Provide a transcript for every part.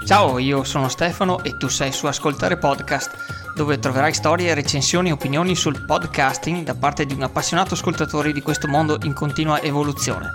Ciao, io sono Stefano e tu sei su Ascoltare Podcast, dove troverai storie, recensioni e opinioni sul podcasting da parte di un appassionato ascoltatore di questo mondo in continua evoluzione.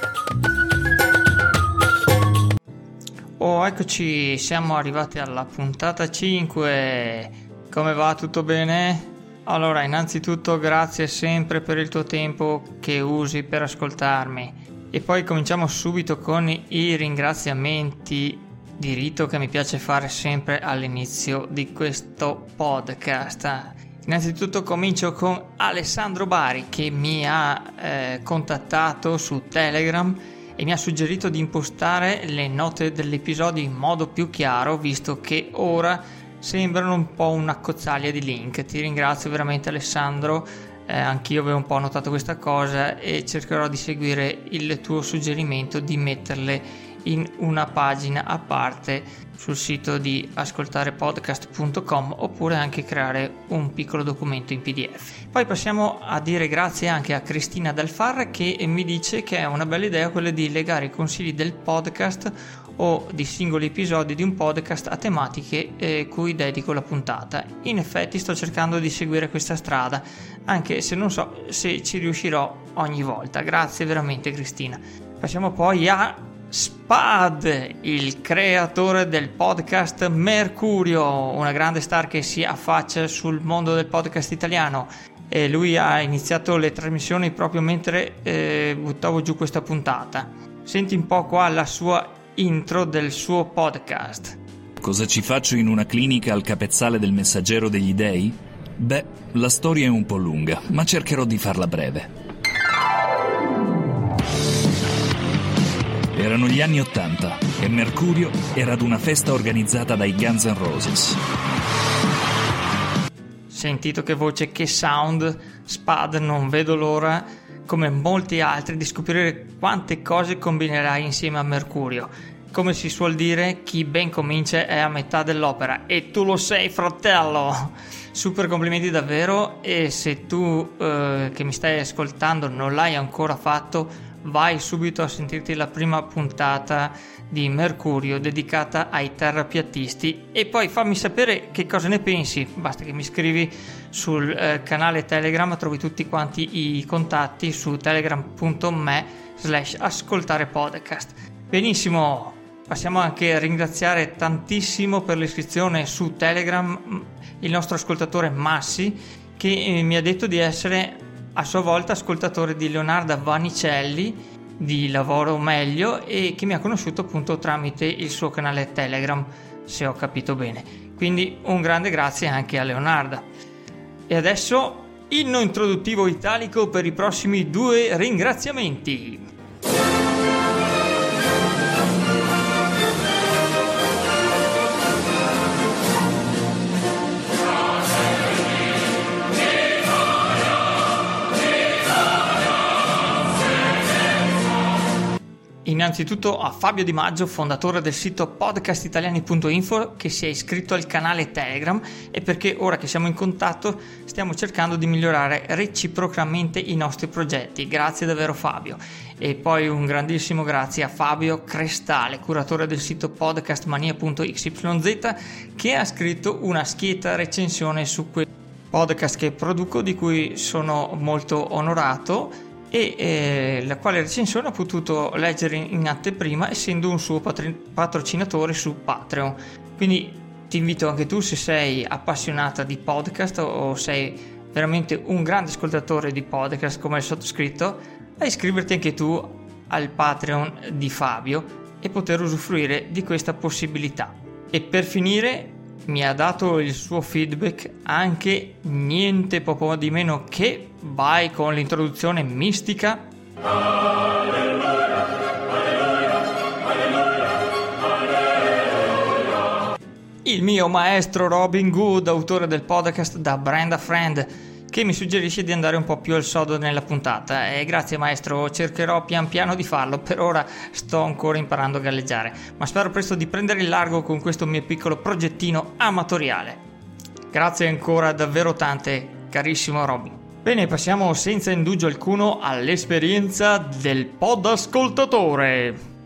Oh, eccoci, siamo arrivati alla puntata 5. Come va? Tutto bene? Allora, innanzitutto grazie sempre per il tuo tempo che usi per ascoltarmi. E poi cominciamo subito con i ringraziamenti di rito che mi piace fare sempre all'inizio di questo podcast. Innanzitutto comincio con Alessandro Bari, che mi ha contattato su Telegram e mi ha suggerito di impostare le note dell'episodio in modo più chiaro, visto che ora sembrano un po' una cozzaglia di link. Ti ringrazio veramente, Alessandro, anch'io avevo un po' notato questa cosa e cercherò di seguire il tuo suggerimento di metterle in una pagina a parte sul sito di ascoltarepodcast.com, oppure anche creare un piccolo documento in PDF. Poi passiamo a dire grazie anche a Cristina Del Far, che mi dice che è una bella idea quella di legare i consigli del podcast o di singoli episodi di un podcast a tematiche cui dedico la puntata. In effetti sto cercando di seguire questa strada, anche se non so se ci riuscirò ogni volta. Grazie veramente, Cristina. Passiamo poi a Spad, il creatore del podcast Mercurio, una grande star che si affaccia sul mondo del podcast italiano. E lui ha iniziato le trasmissioni proprio mentre buttavo giù questa puntata. Senti un po' qua la sua intro del suo podcast. Cosa ci faccio in una clinica al capezzale del Messaggero degli Dei? Beh, la storia è un po' lunga, ma cercherò di farla breve. Erano gli anni '80 e Mercurio era ad una festa organizzata dai Guns N' Roses. Sentito che voce, che sound. Spad, non vedo l'ora, come molti altri, di scoprire quante cose combinerai insieme a Mercurio. Come si suol dire, chi ben comincia è a metà dell'opera, e tu lo sei, fratello. Super complimenti davvero, e se tu che mi stai ascoltando non l'hai ancora fatto, vai subito a sentirti la prima puntata di Mercurio dedicata ai terrapiattisti e poi fammi sapere che cosa ne pensi. Basta che mi scrivi sul canale Telegram, trovi tutti quanti i contatti su telegram.me/ascoltarepodcast. Benissimo, passiamo anche a ringraziare tantissimo per l'iscrizione su Telegram il nostro ascoltatore Massi, che mi ha detto di essere a sua volta ascoltatore di Leonarda Vanicelli di Lavoro Meglio e che mi ha conosciuto appunto tramite il suo canale Telegram, se ho capito bene. Quindi un grande grazie anche a Leonarda. E adesso inno introduttivo italico per i prossimi 2 ringraziamenti. Innanzitutto a Fabio Di Maggio, fondatore del sito podcastitaliani.info, che si è iscritto al canale Telegram, e perché ora che siamo in contatto stiamo cercando di migliorare reciprocamente i nostri progetti. Grazie davvero, Fabio. E poi un grandissimo grazie a Fabio Crestale, curatore del sito podcastmania.xyz, che ha scritto una schietta recensione su quel podcast che produco, di cui sono molto onorato, e la quale recensione ho potuto leggere in anteprima, essendo un suo patrocinatore su Patreon. Quindi ti invito anche tu, se sei appassionata di podcast o sei veramente un grande ascoltatore di podcast come il sottoscritto, a iscriverti anche tu al Patreon di Fabio e poter usufruire di questa possibilità. E per finire mi ha dato il suo feedback anche niente poco di meno che, vai con l'introduzione mistica. Alleluia, alleluia, alleluia, alleluia. Il mio maestro Robin Good, autore del podcast Da Brand a Friend, che mi suggerisce di andare un po' più al sodo nella puntata. E grazie maestro, cercherò pian piano di farlo, per ora sto ancora imparando a galleggiare, ma spero presto di prendere il largo con questo mio piccolo progettino amatoriale. Grazie ancora davvero tante, carissimo Robin. Bene, passiamo senza indugio alcuno all'esperienza del podascoltatore.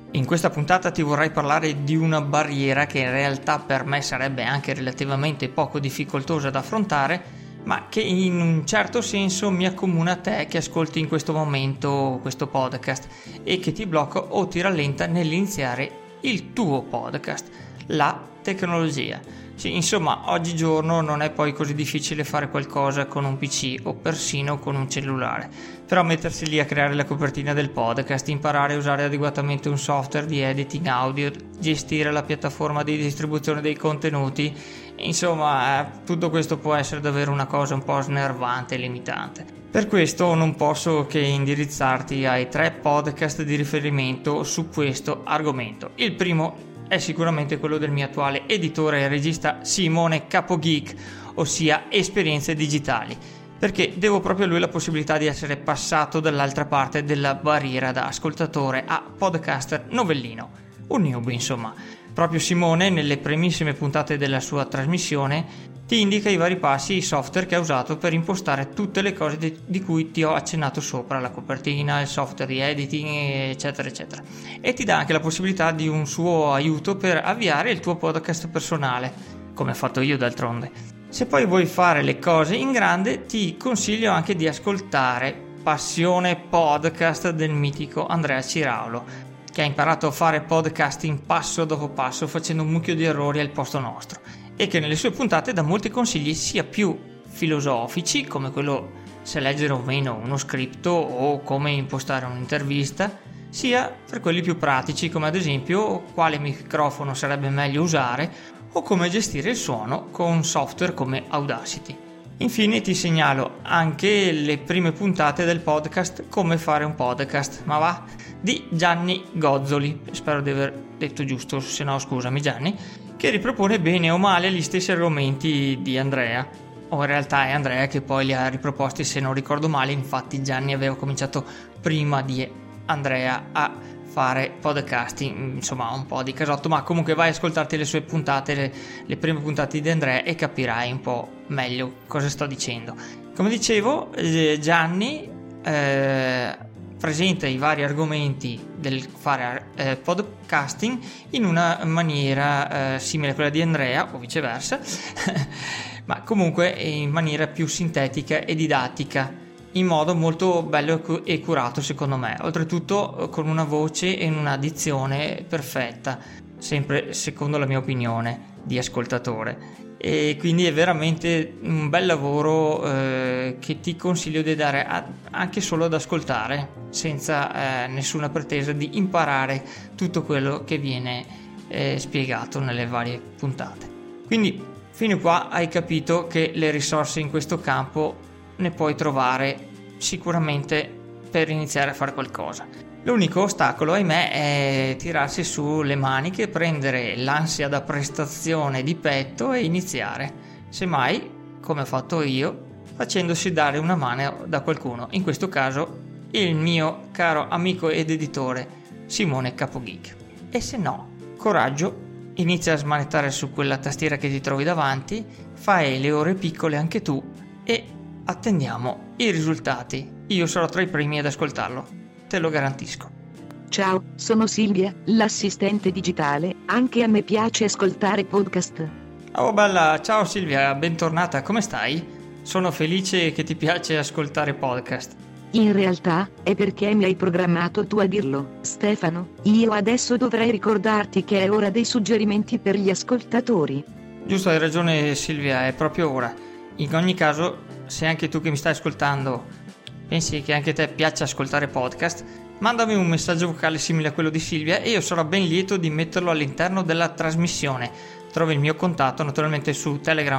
In questa puntata ti vorrei parlare di una barriera che in realtà per me sarebbe anche relativamente poco difficoltosa da affrontare, ma che in un certo senso mi accomuna a te che ascolti in questo momento questo podcast e che ti blocca o ti rallenta nell'iniziare il tuo podcast, la tecnologia. Sì, insomma, oggigiorno non è poi così difficile fare qualcosa con un PC o persino con un cellulare, però mettersi lì a creare la copertina del podcast, imparare a usare adeguatamente un software di editing audio, gestire la piattaforma di distribuzione dei contenuti, insomma, tutto questo può essere davvero una cosa un po' snervante e limitante. Per questo non posso che indirizzarti ai 3 podcast di riferimento su questo argomento. Il primo è sicuramente quello del mio attuale editore e regista Simone Capogeek, ossia Esperienze Digitali, perché devo proprio a lui la possibilità di essere passato dall'altra parte della barriera da ascoltatore a podcaster novellino, un newbie insomma. Proprio Simone, nelle primissime puntate della sua trasmissione, ti indica i vari passi e i software che ha usato per impostare tutte le cose di cui ti ho accennato sopra, la copertina, il software di editing, eccetera, eccetera. E ti dà anche la possibilità di un suo aiuto per avviare il tuo podcast personale, come ho fatto io d'altronde. Se poi vuoi fare le cose in grande, ti consiglio anche di ascoltare Passione Podcast del mitico Andrea Ciraulo, che ha imparato a fare podcasting passo dopo passo facendo un mucchio di errori al posto nostro e che nelle sue puntate dà molti consigli sia più filosofici, come quello se leggere o meno uno scritto o come impostare un'intervista, sia per quelli più pratici, come ad esempio quale microfono sarebbe meglio usare o come gestire il suono con software come Audacity. Infine ti segnalo anche le prime puntate del podcast Come fare un podcast, ma va, di Gianni Gozzoli, spero di aver detto giusto, se no scusami Gianni, che ripropone bene o male gli stessi argomenti di Andrea, o in realtà è Andrea che poi li ha riproposti se non ricordo male, infatti Gianni aveva cominciato prima di Andrea a fare podcasting, insomma un po' di casotto, ma comunque vai a ascoltarti le sue puntate, le prime puntate di Andrea e capirai un po' meglio cosa sto dicendo. Come dicevo, Gianni presenta i vari argomenti del fare podcasting in una maniera simile a quella di Andrea o viceversa, ma comunque in maniera più sintetica e didattica, in modo molto bello e curato secondo me, oltretutto con una voce e una dizione perfetta, sempre secondo la mia opinione di ascoltatore, e quindi è veramente un bel lavoro che ti consiglio di dare anche solo ad ascoltare, senza nessuna pretesa di imparare tutto quello che viene spiegato nelle varie puntate. Quindi fino qua hai capito che le risorse in questo campo ne puoi trovare sicuramente per iniziare a fare qualcosa. L'unico ostacolo, ahimè, è tirarsi su le maniche, prendere l'ansia da prestazione di petto e iniziare, semmai, come ho fatto io, facendosi dare una mano da qualcuno, in questo caso il mio caro amico ed editore Simone Capogeek. E se no, coraggio, inizia a smanettare su quella tastiera che ti trovi davanti, fai le ore piccole anche tu e attendiamo i risultati. Io sarò tra i primi ad ascoltarlo, te lo garantisco. Ciao, sono Silvia, l'assistente digitale, anche a me piace ascoltare podcast. Oh bella, ciao Silvia, bentornata, come stai? Sono felice che ti piace ascoltare podcast. In realtà, è perché mi hai programmato tu a dirlo, Stefano. Io adesso dovrei ricordarti che è ora dei suggerimenti per gli ascoltatori. Giusto, hai ragione Silvia, è proprio ora. In ogni caso, se anche tu che mi stai ascoltando pensi che anche a te piaccia ascoltare podcast, mandami un messaggio vocale simile a quello di Silvia e io sarò ben lieto di metterlo all'interno della trasmissione. Trovi il mio contatto naturalmente su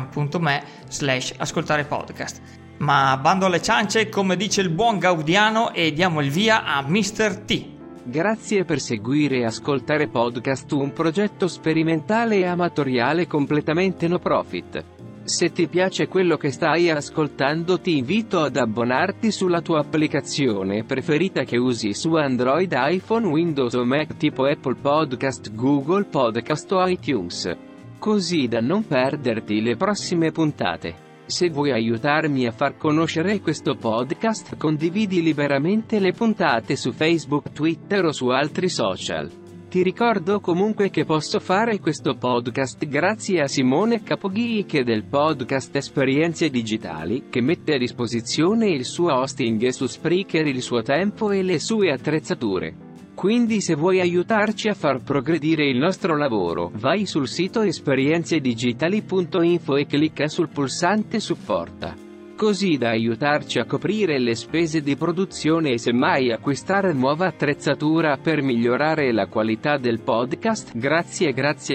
telegram.me/ascoltarepodcast. Ma bando alle ciance, come dice il buon Gaudiano, e diamo il via a Mr. T. Grazie per seguire e ascoltare podcast, un progetto sperimentale e amatoriale completamente no profit. Se ti piace quello che stai ascoltando, ti invito ad abbonarti sulla tua applicazione preferita che usi su Android, iPhone, Windows o Mac, tipo Apple Podcast, Google Podcast o iTunes, così da non perderti le prossime puntate. Se vuoi aiutarmi a far conoscere questo podcast, condividi liberamente le puntate su Facebook, Twitter o su altri social. Ti ricordo comunque che posso fare questo podcast grazie a Simone Capoghic del podcast Esperienze Digitali, che mette a disposizione il suo hosting su Spreaker, il suo tempo e le sue attrezzature. Quindi se vuoi aiutarci a far progredire il nostro lavoro, vai sul sito esperienzedigitali.info e clicca sul pulsante supporta. Così da aiutarci a coprire le spese di produzione e semmai acquistare nuova attrezzatura per migliorare la qualità del podcast. Grazie.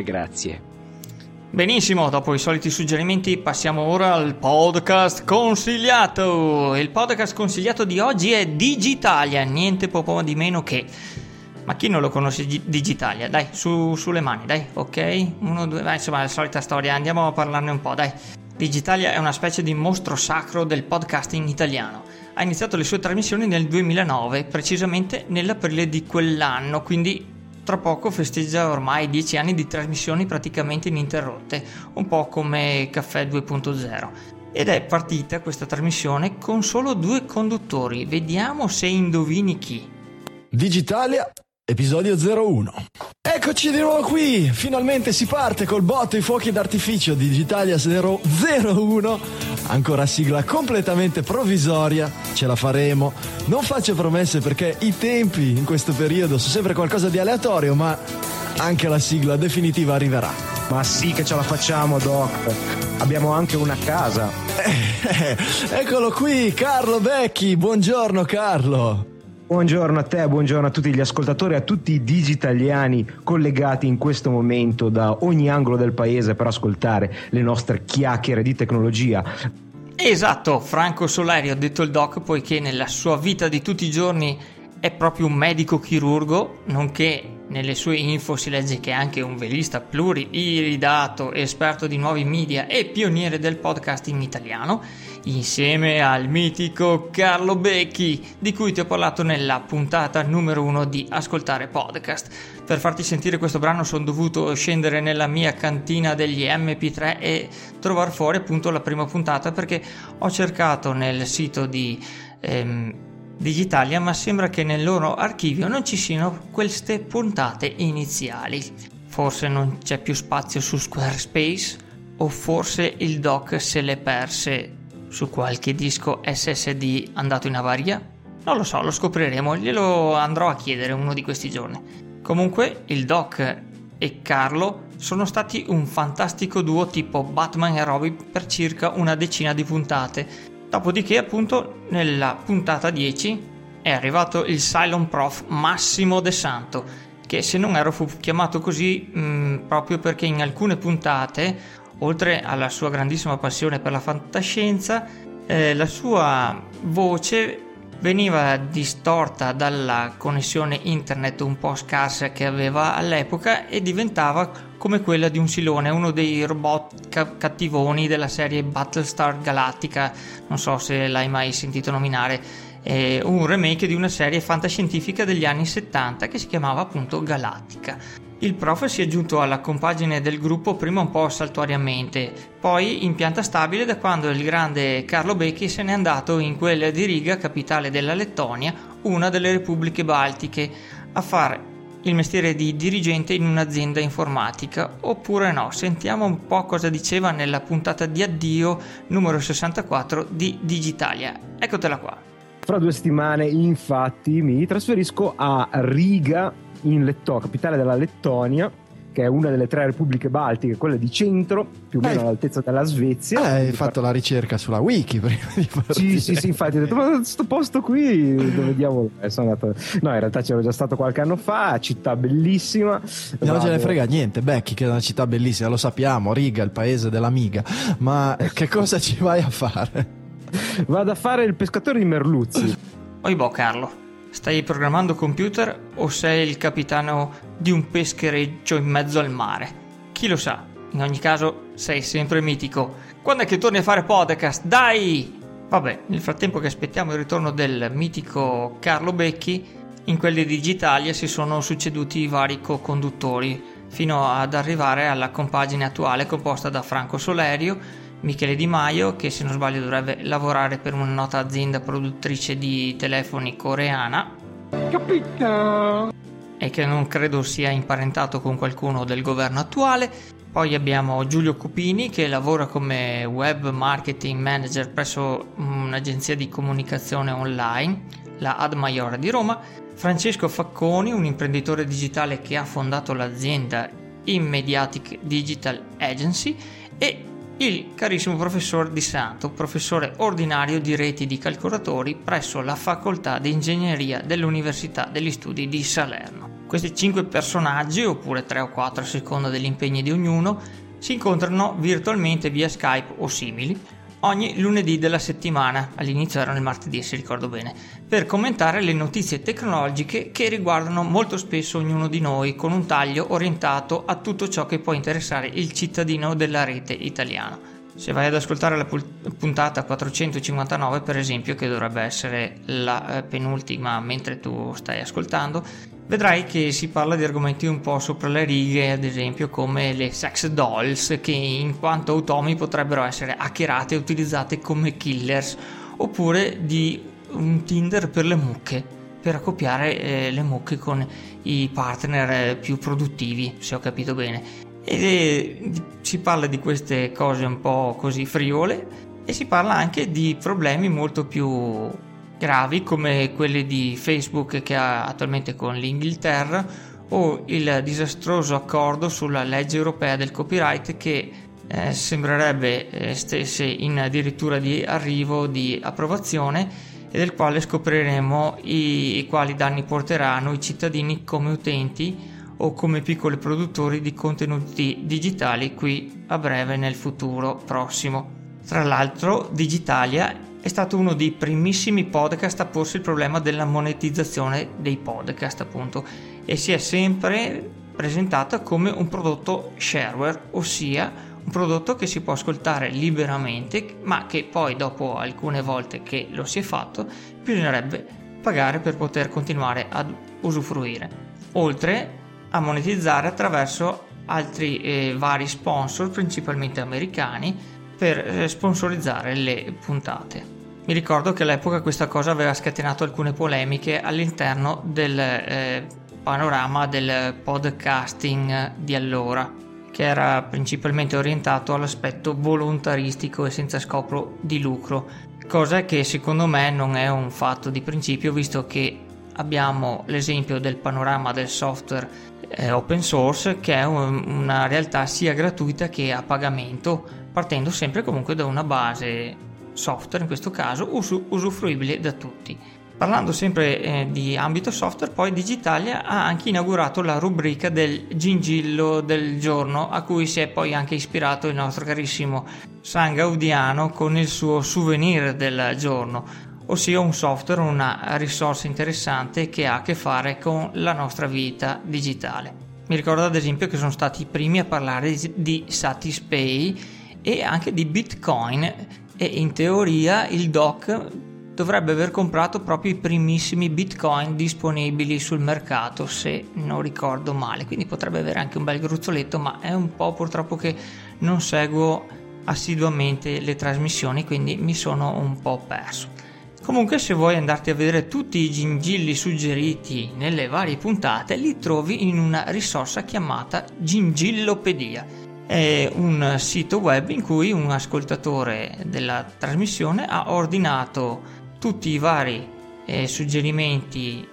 Benissimo, dopo i soliti suggerimenti passiamo ora al podcast consigliato. Il podcast consigliato di oggi è Digitalia, niente po' di meno che... Ma chi non lo conosce Digitalia? Dai, sulle mani, dai, ok? 1, 2, insomma la solita storia, andiamo a parlarne un po', dai. Digitalia è una specie di mostro sacro del podcasting italiano. Ha iniziato le sue trasmissioni nel 2009, precisamente nell'aprile di quell'anno, quindi tra poco festeggia ormai 10 anni di trasmissioni praticamente ininterrotte, un po' come Caffè 2.0. Ed è partita questa trasmissione con solo 2 conduttori. Vediamo se indovini chi. Digitalia, episodio 01. Eccoci di nuovo qui, finalmente si parte col botto, i fuochi d'artificio di Digitalia 001, ancora sigla completamente provvisoria, ce la faremo, non faccio promesse perché i tempi in questo periodo sono sempre qualcosa di aleatorio, ma anche la sigla definitiva arriverà. Ma sì che ce la facciamo, Doc, abbiamo anche una casa. Eccolo qui, Carlo Becchi, buongiorno Carlo. Buongiorno a te, buongiorno a tutti gli ascoltatori, a tutti i digitaliani collegati in questo momento da ogni angolo del paese per ascoltare le nostre chiacchiere di tecnologia. Esatto, Franco Solerio, detto il Doc, poiché nella sua vita di tutti i giorni è proprio un medico chirurgo, nonché nelle sue info si legge che è anche un velista pluriiridato, esperto di nuovi media e pioniere del podcasting italiano, insieme al mitico Carlo Becchi, di cui ti ho parlato nella puntata numero 1 di Ascoltare Podcast. Per farti sentire questo brano sono dovuto scendere nella mia cantina degli MP3 e trovare fuori appunto la prima puntata, perché ho cercato nel sito di Digitalia, ma sembra che nel loro archivio non ci siano queste puntate iniziali. Forse non c'è più spazio su Squarespace, o forse il Doc se le perse su qualche disco SSD andato in avaria? Non lo so, lo scopriremo, glielo andrò a chiedere uno di questi giorni. Comunque il Doc e Carlo sono stati un fantastico duo tipo Batman e Robin per circa una decina di puntate. Dopodiché appunto nella puntata 10 è arrivato il Cylon Prof Massimo De Santo, che se non ero fu chiamato così proprio perché in alcune puntate, oltre alla sua grandissima passione per la fantascienza, la sua voce veniva distorta dalla connessione internet un po' scarsa che aveva all'epoca e diventava come quella di un silone, uno dei robot cattivoni della serie Battlestar Galactica, non so se l'hai mai sentito nominare, un remake di una serie fantascientifica degli anni 70 che si chiamava appunto Galattica. Il prof si è giunto alla compagine del gruppo prima un po' saltuariamente, poi in pianta stabile da quando il grande Carlo Becchi se n'è andato in quella di Riga, capitale della Lettonia, una delle repubbliche baltiche, a fare il mestiere di dirigente in un'azienda informatica, oppure no. Sentiamo un po' cosa diceva nella puntata di addio numero 64 di Digitalia. Eccotela qua. Fra 2 settimane infatti mi trasferisco a Riga, capitale della Lettonia, che è una delle 3 repubbliche baltiche, quella di centro, più o meno all'altezza della Svezia. Hai fatto la ricerca sulla wiki prima di partire. Sì, infatti ho detto, ma sto posto qui dove diavolo è? Sono andato... No, in realtà c'ero già stato qualche anno fa, città bellissima. Non ce ne frega niente, Becchi, che è una città bellissima, lo sappiamo, Riga, il paese dell'amiga, ma che cosa ci vai a fare? Vado a fare il pescatore di merluzzi. Oibò Carlo, stai programmando computer o sei il capitano di un peschereccio in mezzo al mare? Chi lo sa, in ogni caso sei sempre mitico. Quando è che torni a fare podcast? Dai! Vabbè, nel frattempo che aspettiamo il ritorno del mitico Carlo Becchi, in quelli di Digitalia si sono succeduti i vari co-conduttori, fino ad arrivare alla compagine attuale composta da Franco Solerio, Michele Di Maio, che se non sbaglio dovrebbe lavorare per una nota azienda produttrice di telefoni coreana, Capito? e che non credo sia imparentato con qualcuno del governo attuale. Poi abbiamo Giulio Cupini, che lavora come web marketing manager presso un'agenzia di comunicazione online, la Ad Maiora di Roma. Francesco Facconi, un imprenditore digitale che ha fondato l'azienda Immediatic Digital Agency, e il carissimo professor Di Santo, professore ordinario di reti di calcolatori presso la Facoltà di Ingegneria dell'Università degli Studi di Salerno. Questi 5 personaggi, oppure 3 o 4 a seconda degli impegni di ognuno, si incontrano virtualmente via Skype o simili ogni lunedì della settimana, all'inizio erano il martedì se ricordo bene, per commentare le notizie tecnologiche che riguardano molto spesso ognuno di noi, con un taglio orientato a tutto ciò che può interessare il cittadino della rete italiana. Se vai ad ascoltare la puntata 459, per esempio, che dovrebbe essere la penultima mentre tu stai ascoltando, vedrai che si parla di argomenti un po' sopra le righe, ad esempio come le sex dolls, che in quanto automi potrebbero essere hackerate e utilizzate come killers, oppure di un Tinder per le mucche, per accoppiare le mucche con i partner più produttivi, se ho capito bene. E si parla di queste cose un po' così frivole, e si parla anche di problemi molto più gravi come quelli di Facebook che ha attualmente con l'Inghilterra, o il disastroso accordo sulla legge europea del copyright che sembrerebbe stesse in addirittura di arrivo di approvazione, e del quale scopriremo i quali danni porterà a noi cittadini come utenti o come piccoli produttori di contenuti digitali qui a breve nel futuro prossimo. Tra l'altro Digitalia è stato uno dei primissimi podcast a porsi il problema della monetizzazione dei podcast, appunto, e si è sempre presentata come un prodotto shareware, ossia un prodotto che si può ascoltare liberamente, ma che poi dopo alcune volte che lo si è fatto bisognerebbe pagare per poter continuare ad usufruire, oltre a monetizzare attraverso altri vari sponsor, principalmente americani, per sponsorizzare le puntate. Mi ricordo che all'epoca questa cosa aveva scatenato alcune polemiche all'interno del panorama del podcasting di allora, che era principalmente orientato all'aspetto volontaristico e senza scopo di lucro, cosa che secondo me non è un fatto di principio, visto che abbiamo l'esempio del panorama del software open source, che è una realtà sia gratuita che a pagamento, partendo sempre comunque da una base software, in questo caso usufruibile da tutti. Parlando sempre di ambito software, poi Digitalia ha anche inaugurato la rubrica del gingillo del giorno, a cui si è poi anche ispirato il nostro carissimo San Gaudiano con il suo souvenir del giorno, ossia un software, una risorsa interessante che ha a che fare con la nostra vita digitale. Mi ricordo ad esempio che sono stati i primi a parlare di Satispay e anche di Bitcoin, e in teoria il doc dovrebbe aver comprato proprio i primissimi Bitcoin disponibili sul mercato, se non ricordo male, quindi potrebbe avere anche un bel gruzzoletto, ma è un po' purtroppo che non seguo assiduamente le trasmissioni, quindi mi sono un po' perso. Comunque, se vuoi andarti a vedere tutti i gingilli suggeriti nelle varie puntate, li trovi in una risorsa chiamata Gingillopedia. È un sito web in cui un ascoltatore della trasmissione ha ordinato tutti i vari suggerimenti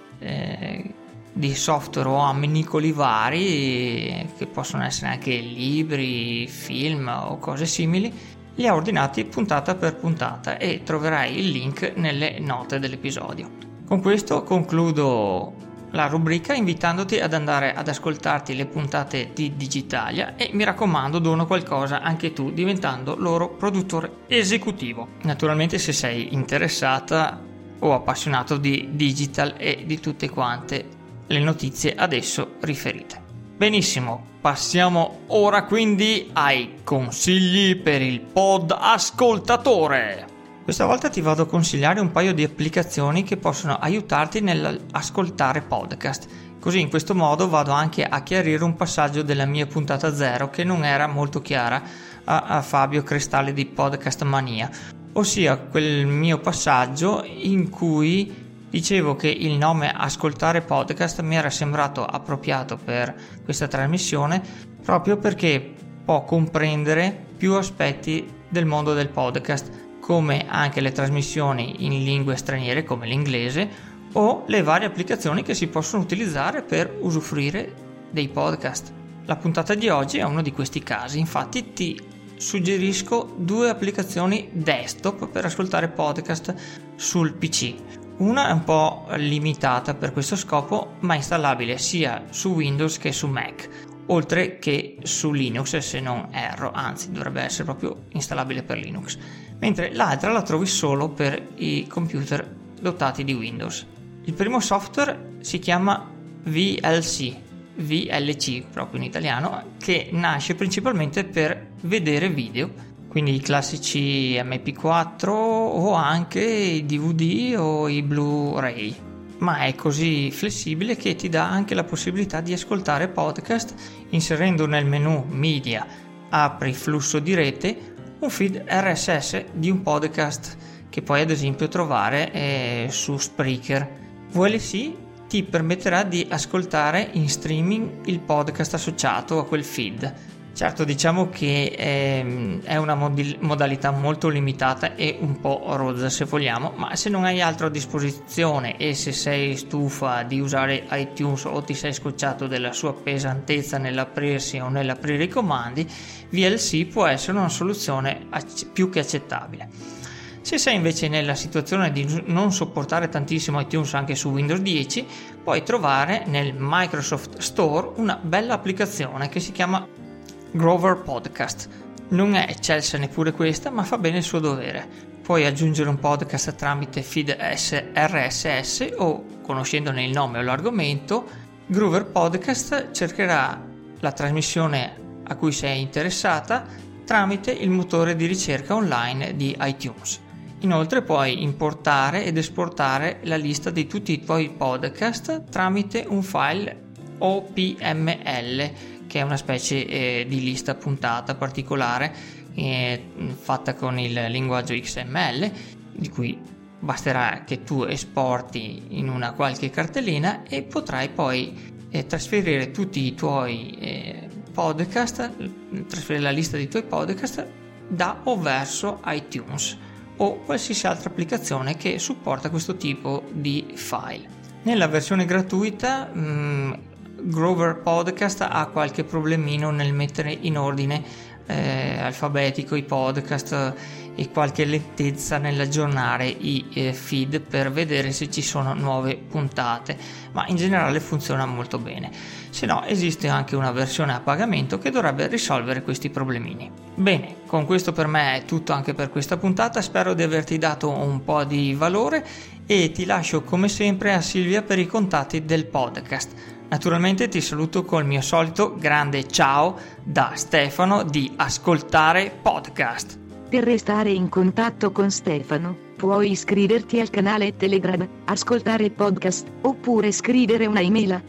di software o ammenicoli vari, che possono essere anche libri, film o cose simili. Li ha ordinati puntata per puntata e troverai il link nelle note dell'episodio. Con questo concludo la rubrica, invitandoti ad andare ad ascoltarti le puntate di Digitalia, e mi raccomando, dona qualcosa anche tu diventando loro produttore esecutivo. Naturalmente, se sei interessata o appassionato di digital e di tutte quante le notizie adesso riferite. Benissimo, passiamo ora quindi ai consigli per il pod ascoltatore. Questa volta ti vado a consigliare un paio di applicazioni che possono aiutarti nell'ascoltare podcast. Così, in questo modo, vado anche a chiarire un passaggio della mia puntata 0 che non era molto chiara a Fabio Cristalli di Podcast Mania, ossia quel mio passaggio in cui Dicevo che il nome Ascoltare Podcast mi era sembrato appropriato per questa trasmissione proprio perché può comprendere più aspetti del mondo del podcast, come anche le trasmissioni in lingue straniere come l'inglese o le varie applicazioni che si possono utilizzare per usufruire dei podcast. La puntata di oggi è uno di questi casi, infatti ti suggerisco 2 applicazioni desktop per ascoltare podcast sul PC. Una è un po' limitata per questo scopo, ma installabile sia su Windows che su Mac, oltre che su Linux se non erro, anzi dovrebbe essere proprio installabile per Linux, mentre l'altra la trovi solo per i computer dotati di Windows. Il primo software si chiama VLC proprio in italiano, che nasce principalmente per vedere video, quindi i classici MP4 o anche i DVD o i Blu-ray, ma è così flessibile che ti dà anche la possibilità di ascoltare podcast inserendo nel menu Media, apri flusso di rete, un feed RSS di un podcast che puoi ad esempio trovare su Spreaker. VLC ti permetterà di ascoltare in streaming il podcast associato a quel feed. Certo, diciamo che è una modalità molto limitata e un po' rozza se vogliamo, ma se non hai altro a disposizione e se sei stufa di usare iTunes o ti sei scocciato della sua pesantezza nell'aprirsi o nell'aprire i comandi, VLC può essere una soluzione più che accettabile. Se sei invece nella situazione di non sopportare tantissimo iTunes anche su Windows 10, puoi trovare nel Microsoft Store una bella applicazione che si chiama Grover Podcast. Non è eccelsa neppure questa, ma fa bene il suo dovere. Puoi aggiungere un podcast tramite feed RSS o, conoscendone il nome o l'argomento, Grover Podcast cercherà la trasmissione a cui sei interessata tramite il motore di ricerca online di iTunes. Inoltre puoi importare ed esportare la lista di tutti i tuoi podcast tramite un file OPML, che è una specie di lista puntata particolare fatta con il linguaggio XML, di cui basterà che tu esporti in una qualche cartellina e potrai poi trasferire tutti i tuoi podcast, trasferire la lista dei tuoi podcast da o verso iTunes o qualsiasi altra applicazione che supporta questo tipo di file. Nella versione gratuita Grover Podcast ha qualche problemino nel mettere in ordine alfabetico i podcast e qualche lentezza nell'aggiornare i feed per vedere se ci sono nuove puntate, ma in generale funziona molto bene. Se no, esiste anche una versione a pagamento che dovrebbe risolvere questi problemini. Bene, con questo per me è tutto anche per questa puntata, spero di averti dato un po' di valore e ti lascio come sempre a Silvia per i contatti del podcast. Naturalmente ti saluto col mio solito grande ciao da Stefano di Ascoltare Podcast. Per restare in contatto con Stefano, puoi iscriverti al canale Telegram Ascoltare Podcast oppure scrivere una email a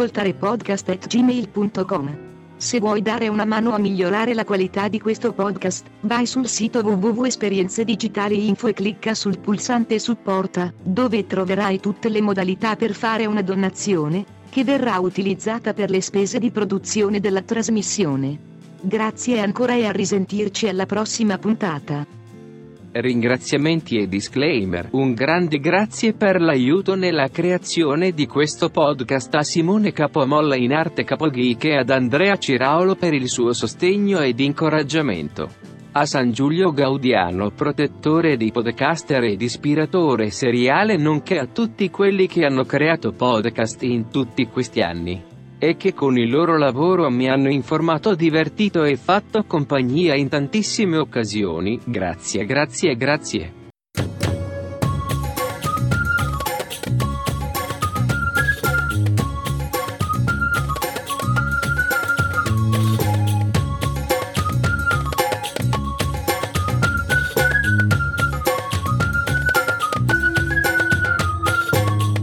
ascoltarepodcast@gmail.com. Se vuoi dare una mano a migliorare la qualità di questo podcast, vai sul sito www.esperienzedigitali.info e clicca sul pulsante Supporta, dove troverai tutte le modalità per fare una donazione, che verrà utilizzata per le spese di produzione della trasmissione. Grazie ancora e a risentirci alla prossima puntata. Ringraziamenti e disclaimer. Un grande grazie per l'aiuto nella creazione di questo podcast a Simone Capomolla in arte Capogeek e ad Andrea Ciraulo per il suo sostegno ed incoraggiamento. A San Giulio Gaudiano, protettore dei podcaster ed ispiratore seriale, nonché a tutti quelli che hanno creato podcast in tutti questi anni e che con il loro lavoro mi hanno informato, divertito e fatto compagnia in tantissime occasioni. Grazie.